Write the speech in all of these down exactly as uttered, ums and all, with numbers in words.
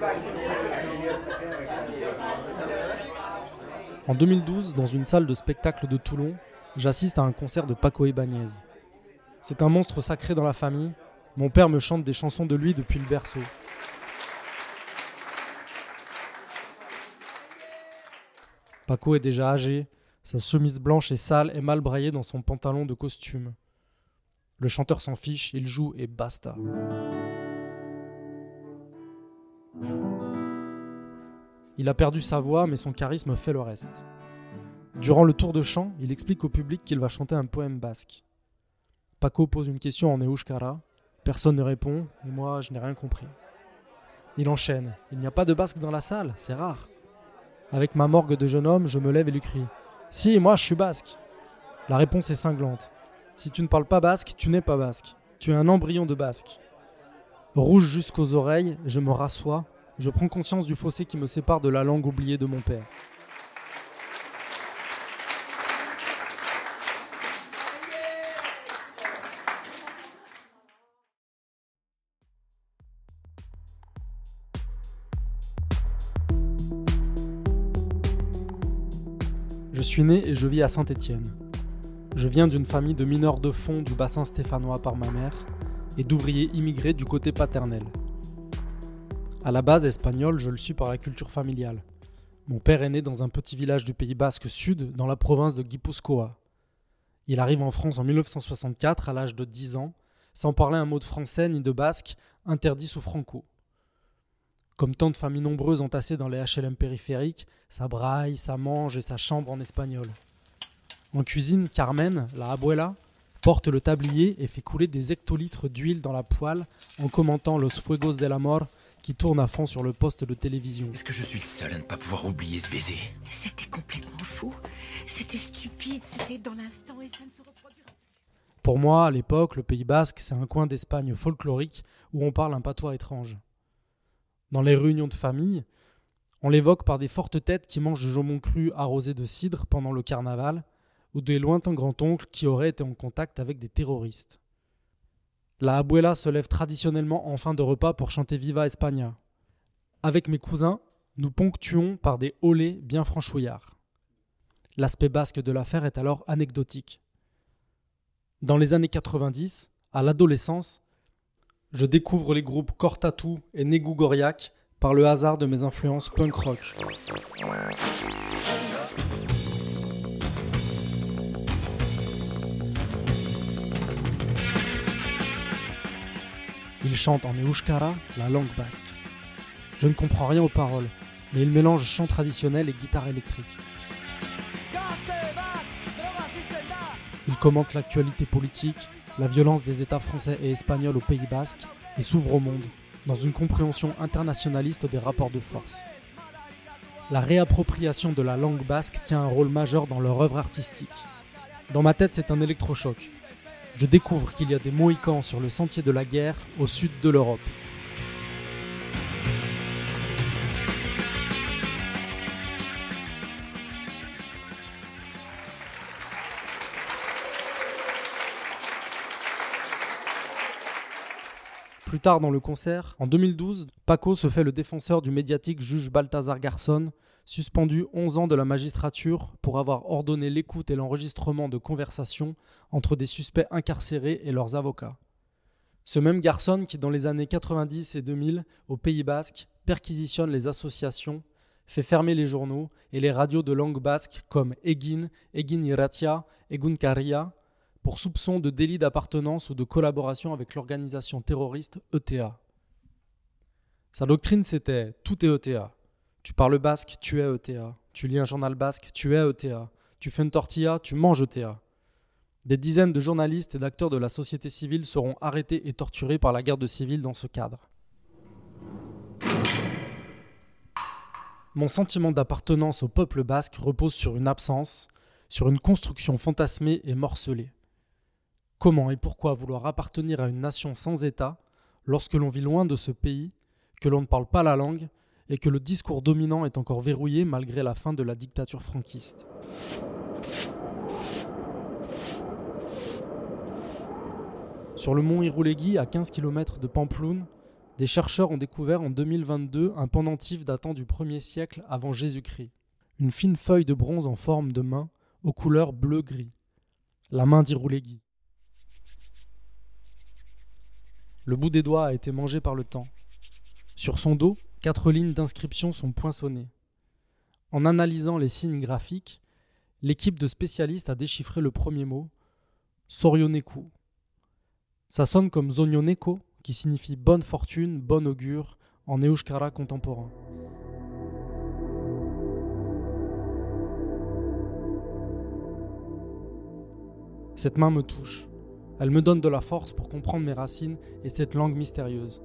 En deux mille douze, dans une salle de spectacle de Toulon, j'assiste à un concert de Paco Ibáñez. C'est un monstre sacré dans la famille. Mon père me chante des chansons de lui depuis le berceau. Paco est déjà âgé, sa chemise blanche est sale et mal braillée dans son pantalon de costume. Le chanteur s'en fiche, il joue et basta. Il a perdu sa voix, mais son charisme fait le reste. Durant le tour de chant, il explique au public qu'il va chanter un poème basque. Paco pose une question en euskara, personne ne répond, et moi je n'ai rien compris. Il enchaîne, il n'y a pas de basque dans la salle, c'est rare. Avec ma morgue de jeune homme, je me lève et lui crie « Si, moi je suis basque !» La réponse est cinglante. Si tu ne parles pas basque, tu n'es pas basque. Tu es un embryon de basque. Rouge jusqu'aux oreilles, je me rassois, je prends conscience du fossé qui me sépare de la langue oubliée de mon père. Je suis né et je vis à Saint-Étienne. Je viens d'une famille de mineurs de fond du bassin stéphanois par ma mère et d'ouvriers immigrés du côté paternel. À la base espagnol, je le suis par la culture familiale. Mon père est né dans un petit village du Pays Basque Sud, dans la province de Guipúzcoa. Il arrive en France en dix-neuf cent soixante-quatre, à l'âge de dix ans, sans parler un mot de français ni de basque, interdit sous Franco. Comme tant de familles nombreuses entassées dans les H L M périphériques, ça braille, ça mange et ça chambre en espagnol. En cuisine, Carmen, la abuela, porte le tablier et fait couler des hectolitres d'huile dans la poêle en commentant Los Fuegos del Amor qui tourne à fond sur le poste de télévision. Est-ce que je suis le seul à ne pas pouvoir oublier ce baiser ? C'était complètement fou. C'était stupide, c'était dans l'instant et ça ne se reproduira. Pour moi, à l'époque, le Pays Basque, c'est un coin d'Espagne folklorique où on parle un patois étrange. Dans les réunions de famille, on l'évoque par des fortes têtes qui mangent du jambon cru arrosé de cidre pendant le carnaval ou des lointains grands-oncles qui auraient été en contact avec des terroristes. La abuela se lève traditionnellement en fin de repas pour chanter Viva España. Avec mes cousins, nous ponctuons par des olés bien franchouillards. L'aspect basque de l'affaire est alors anecdotique. Dans les années quatre-vingt-dix, à l'adolescence, je découvre les groupes Cortatu et Negu Gorriak par le hasard de mes influences punk rock. Ils chantent en euskara, la langue basque. Je ne comprends rien aux paroles, mais ils mélangent chant traditionnel et guitare électrique. Ils commentent l'actualité politique, la violence des États français et espagnols au Pays Basque et s'ouvrent au monde, dans une compréhension internationaliste des rapports de force. La réappropriation de la langue basque tient un rôle majeur dans leur œuvre artistique. Dans ma tête, c'est un électrochoc. Je découvre qu'il y a des Mohicans sur le sentier de la guerre au sud de l'Europe. Plus tard dans le concert, en deux mille douze, Paco se fait le défenseur du médiatique juge Balthazar Garzón, suspendu onze ans de la magistrature pour avoir ordonné l'écoute et l'enregistrement de conversations entre des suspects incarcérés et leurs avocats. Ce même Garzón qui, dans les années quatre-vingt-dix et deux mille, au Pays Basque, perquisitionne les associations, fait fermer les journaux et les radios de langue basque comme Egin, Egin Irratia, Egunkaria, pour soupçon de délit d'appartenance ou de collaboration avec l'organisation terroriste E T A. Sa doctrine, c'était « tout est E T A ». Tu parles basque, tu es E T A. Tu lis un journal basque, tu es E T A. Tu fais une tortilla, tu manges E T A. Des dizaines de journalistes et d'acteurs de la société civile seront arrêtés et torturés par la garde civile dans ce cadre. Mon sentiment d'appartenance au peuple basque repose sur une absence, sur une construction fantasmée et morcelée. Comment et pourquoi vouloir appartenir à une nation sans État lorsque l'on vit loin de ce pays, que l'on ne parle pas la langue et que le discours dominant est encore verrouillé malgré la fin de la dictature franquiste. Sur le mont Irouléguy, à quinze kilomètres de Pampelune, Des chercheurs ont découvert en deux mille vingt-deux un pendentif datant du premier siècle avant Jésus-Christ. Une fine feuille de bronze en forme de main, aux couleurs bleu-gris. La main d'Irouléguy. Le bout des doigts a été mangé par le temps. Sur son dos, quatre lignes d'inscription sont poinçonnées. En analysant les signes graphiques, l'équipe de spécialistes a déchiffré le premier mot, Sorioneku. Ça sonne comme Zonioneko, qui signifie bonne fortune, bon augure, en euskara contemporain. Cette main me touche. Elle me donne de la force pour comprendre mes racines et cette langue mystérieuse.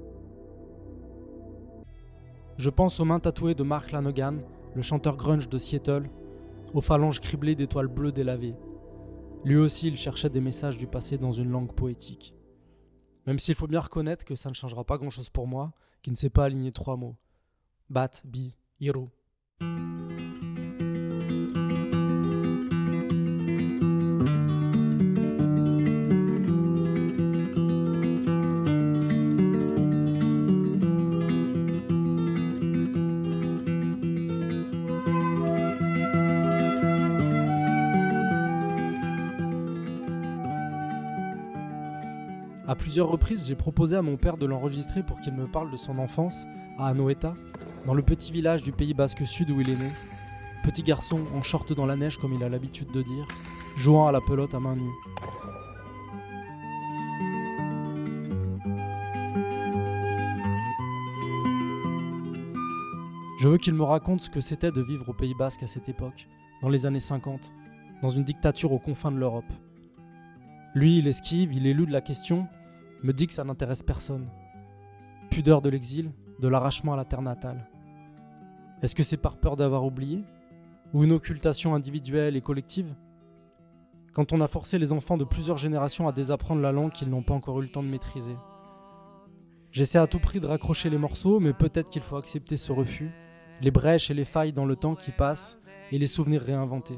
Je pense aux mains tatouées de Mark Lanegan, le chanteur grunge de Seattle, aux phalanges criblées d'étoiles bleues délavées. Lui aussi, il cherchait des messages du passé dans une langue poétique. Même s'il faut bien reconnaître que ça ne changera pas grand-chose pour moi, qui ne sait pas aligner trois mots. Bat, bi, iru. À plusieurs reprises, j'ai proposé à mon père de l'enregistrer pour qu'il me parle de son enfance à Anoeta, dans le petit village du Pays Basque Sud où il est né. Petit garçon en short dans la neige comme il a l'habitude de dire, jouant à la pelote à main nue. Je veux qu'il me raconte ce que c'était de vivre au Pays Basque à cette époque, dans les années cinquante, dans une dictature aux confins de l'Europe. Lui, il esquive, il élude la question, me dit que ça n'intéresse personne. Pudeur de l'exil, de l'arrachement à la terre natale. Est-ce que c'est par peur d'avoir oublié ? Ou une occultation individuelle et collective ? Quand on a forcé les enfants de plusieurs générations à désapprendre la langue qu'ils n'ont pas encore eu le temps de maîtriser. J'essaie à tout prix de raccrocher les morceaux, mais peut-être qu'il faut accepter ce refus, les brèches et les failles dans le temps qui passe et les souvenirs réinventés.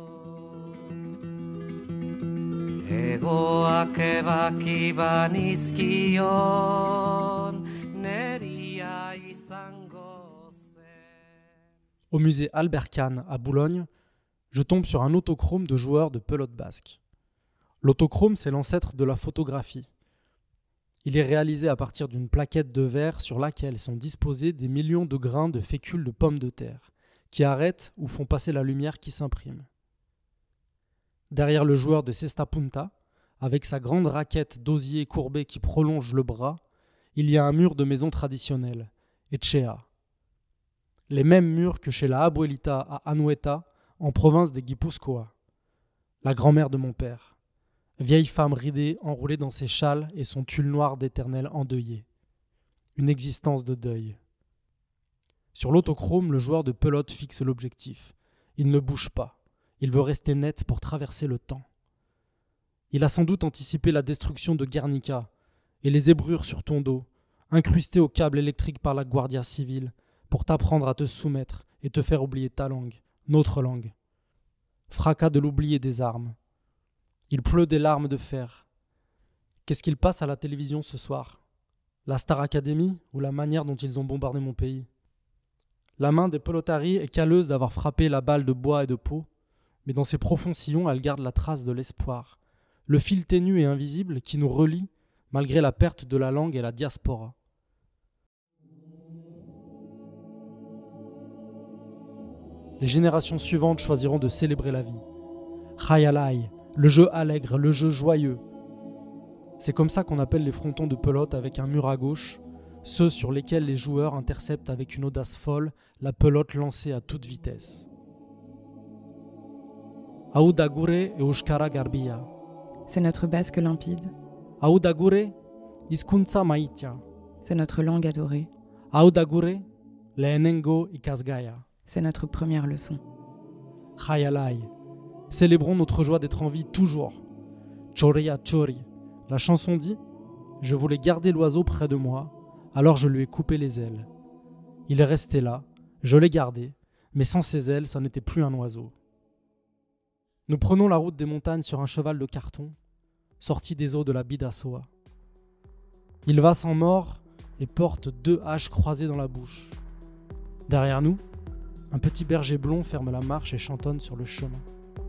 Au musée Albert Kahn à Boulogne, je tombe sur un autochrome de joueurs de pelote basque. L'autochrome, c'est l'ancêtre de la photographie. Il est réalisé à partir d'une plaquette de verre sur laquelle sont disposés des millions de grains de fécule de pommes de terre, qui arrêtent ou font passer la lumière qui s'imprime. Derrière le joueur de cesta punta, avec sa grande raquette d'osier courbée qui prolonge le bras, il y a un mur de maison traditionnelle, Etxea. Les mêmes murs que chez la abuelita à Anoeta, en province des Guipúzcoa. La grand-mère de mon père. Vieille femme ridée, enroulée dans ses châles et son tulle noir d'éternel endeuillé. Une existence de deuil. Sur l'autochrome, le joueur de pelote fixe l'objectif. Il ne bouge pas. Il veut rester net pour traverser le temps. Il a sans doute anticipé la destruction de Guernica et les ébrures sur ton dos, incrustées au câble électrique par la Guardia Civile, pour t'apprendre à te soumettre et te faire oublier ta langue, notre langue. Fracas de l'oubli et des armes. Il pleut des larmes de fer. Qu'est-ce qu'il passe à la télévision ce soir ? La Star Academy ou la manière dont ils ont bombardé mon pays ? La main des Pelotari est calleuse d'avoir frappé la balle de bois et de peau, mais dans ses profonds sillons, elle garde la trace de l'espoir, le fil ténu et invisible qui nous relie malgré la perte de la langue et la diaspora. Les générations suivantes choisiront de célébrer la vie. Khayalai, le jeu allègre, le jeu joyeux. C'est comme ça qu'on appelle les frontons de pelote avec un mur à gauche, ceux sur lesquels les joueurs interceptent avec une audace folle la pelote lancée à toute vitesse. Aoudagure et Euskara Garbia. C'est notre basque limpide. Aoudagure, Hizkuntza Maitia. C'est notre langue adorée. Aoudagure, Lehenengo Ikasgaya. C'est notre première leçon. Khayalai. Célébrons notre joie d'être en vie toujours. Choria Chori. La chanson dit « Je voulais garder l'oiseau près de moi, alors je lui ai coupé les ailes. Il est resté là, je l'ai gardé, mais sans ses ailes, ça n'était plus un oiseau. » Nous prenons la route des montagnes sur un cheval de carton, sorti des eaux de la Bidassoa. Il va sans mort, et porte deux haches croisées dans la bouche. Derrière nous, un petit berger blond ferme la marche et chantonne sur le chemin.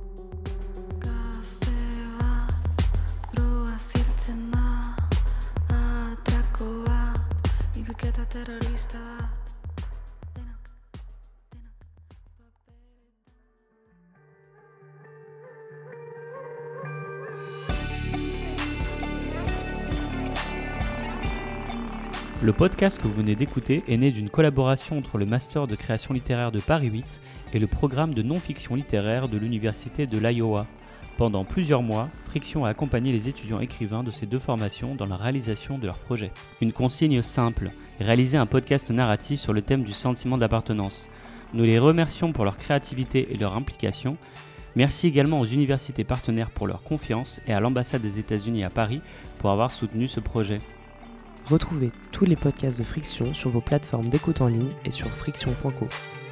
Le podcast que vous venez d'écouter est né d'une collaboration entre le Master de création littéraire de Paris huit et le programme de non-fiction littéraire de l'Université de l'Iowa. Pendant plusieurs mois, Friction a accompagné les étudiants écrivains de ces deux formations dans la réalisation de leurs projets. Une consigne simple, réaliser un podcast narratif sur le thème du sentiment d'appartenance. Nous les remercions pour leur créativité et leur implication. Merci également aux universités partenaires pour leur confiance et à l'ambassade des États-Unis à Paris pour avoir soutenu ce projet. Retrouvez tous les podcasts de Friction sur vos plateformes d'écoute en ligne et sur friction point co.